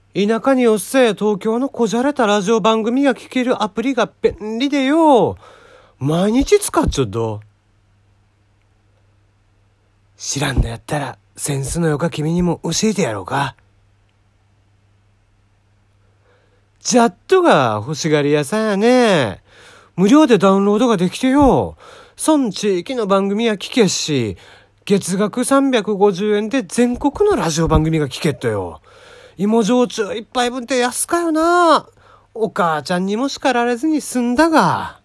田舎におっせ東京のこじゃれたラジオ番組が聞けるアプリが便利でよ。毎日使っちょっと。知らんのやったらセンスのよか君にも教えてやろうか。ジャットが欲しがり屋さんやね。無料でダウンロードができてよ。そん地域の番組は聞けし、月額350円で全国のラジオ番組が聞けっとよ。芋焼酎一杯分って安かよな。お母ちゃんにも叱られずに済んだが。